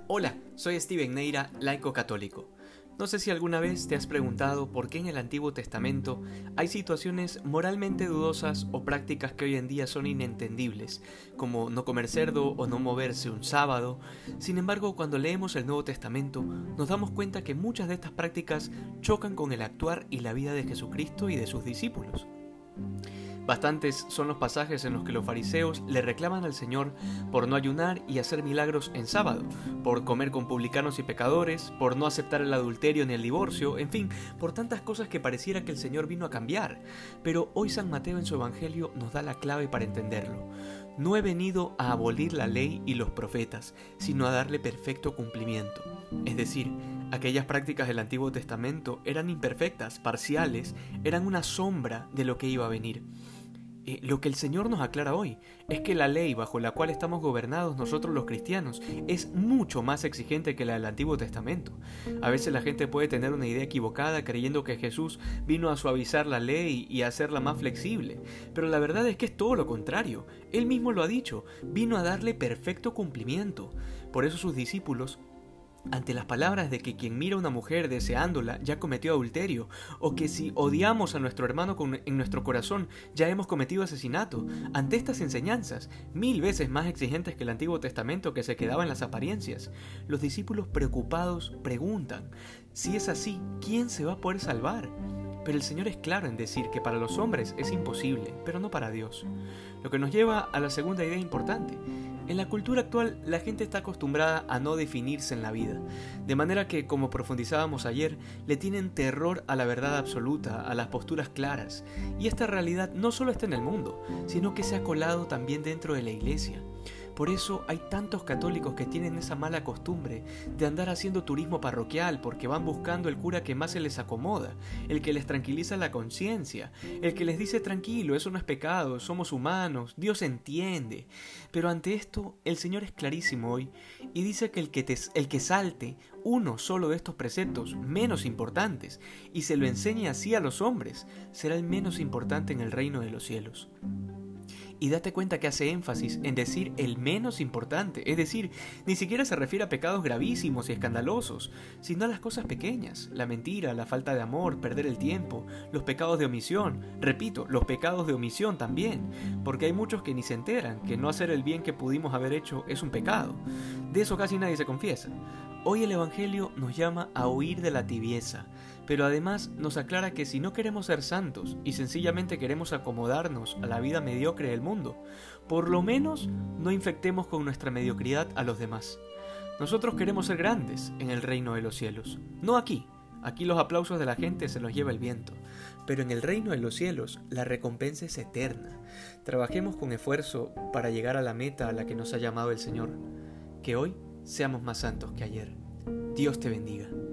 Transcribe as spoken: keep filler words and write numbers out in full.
Hola, soy Steven Neira, laico católico. No sé si alguna vez te has preguntado por qué en el Antiguo Testamento hay situaciones moralmente dudosas o prácticas que hoy en día son inentendibles, como no comer cerdo o no moverse un sábado. Sin embargo, cuando leemos el Nuevo Testamento, nos damos cuenta que muchas de estas prácticas chocan con el actuar y la vida de Jesucristo y de sus discípulos. Bastantes son los pasajes en los que los fariseos le reclaman al Señor por no ayunar y hacer milagros en sábado, por comer con publicanos y pecadores, por no aceptar el adulterio ni el divorcio, en fin, por tantas cosas que pareciera que el Señor vino a cambiar. Pero hoy San Mateo en su Evangelio nos da la clave para entenderlo. No he venido a abolir la ley y los profetas, sino a darle perfecto cumplimiento. Es decir, aquellas prácticas del Antiguo Testamento eran imperfectas, parciales, eran una sombra de lo que iba a venir. Eh, lo que el Señor nos aclara hoy es que la ley bajo la cual estamos gobernados nosotros los cristianos es mucho más exigente que la del Antiguo Testamento. A veces la gente puede tener una idea equivocada creyendo que Jesús vino a suavizar la ley y a hacerla más flexible, pero la verdad es que es todo lo contrario. Él mismo lo ha dicho, vino a darle perfecto cumplimiento. Por eso sus discípulos, ante las palabras de que quien mira a una mujer deseándola ya cometió adulterio, o que si odiamos a nuestro hermano con, en nuestro corazón ya hemos cometido asesinato, ante estas enseñanzas, mil veces más exigentes que el Antiguo Testamento que se quedaba en las apariencias, los discípulos preocupados preguntan: si es así, ¿quién se va a poder salvar? Pero el Señor es claro en decir que para los hombres es imposible, pero no para Dios. Lo que nos lleva a la segunda idea importante. En la cultura actual, la gente está acostumbrada a no definirse en la vida, de manera que, como profundizábamos ayer, le tienen terror a la verdad absoluta, a las posturas claras. Y esta realidad no solo está en el mundo, sino que se ha colado también dentro de la iglesia. Por eso hay tantos católicos que tienen esa mala costumbre de andar haciendo turismo parroquial porque van buscando el cura que más se les acomoda, el que les tranquiliza la conciencia, el que les dice tranquilo, eso no es pecado, somos humanos, Dios entiende. Pero ante esto el Señor es clarísimo hoy y dice que el que, te, el que salte uno solo de estos preceptos menos importantes y se lo enseñe así a los hombres, será el menos importante en el reino de los cielos. Y date cuenta que hace énfasis en decir el menos importante, es decir, ni siquiera se refiere a pecados gravísimos y escandalosos, sino a las cosas pequeñas, la mentira, la falta de amor, perder el tiempo, los pecados de omisión, repito, los pecados de omisión también, porque hay muchos que ni se enteran que no hacer el bien que pudimos haber hecho es un pecado. De eso casi nadie se confiesa. Hoy el Evangelio nos llama a huir de la tibieza, pero además nos aclara que si no queremos ser santos y sencillamente queremos acomodarnos a la vida mediocre del mundo, por lo menos no infectemos con nuestra mediocridad a los demás. Nosotros queremos ser grandes en el reino de los cielos, no aquí. Aquí los aplausos de la gente se los lleva el viento, pero en el reino de los cielos la recompensa es eterna. Trabajemos con esfuerzo para llegar a la meta a la que nos ha llamado el Señor. Que hoy seamos más santos que ayer. Dios te bendiga.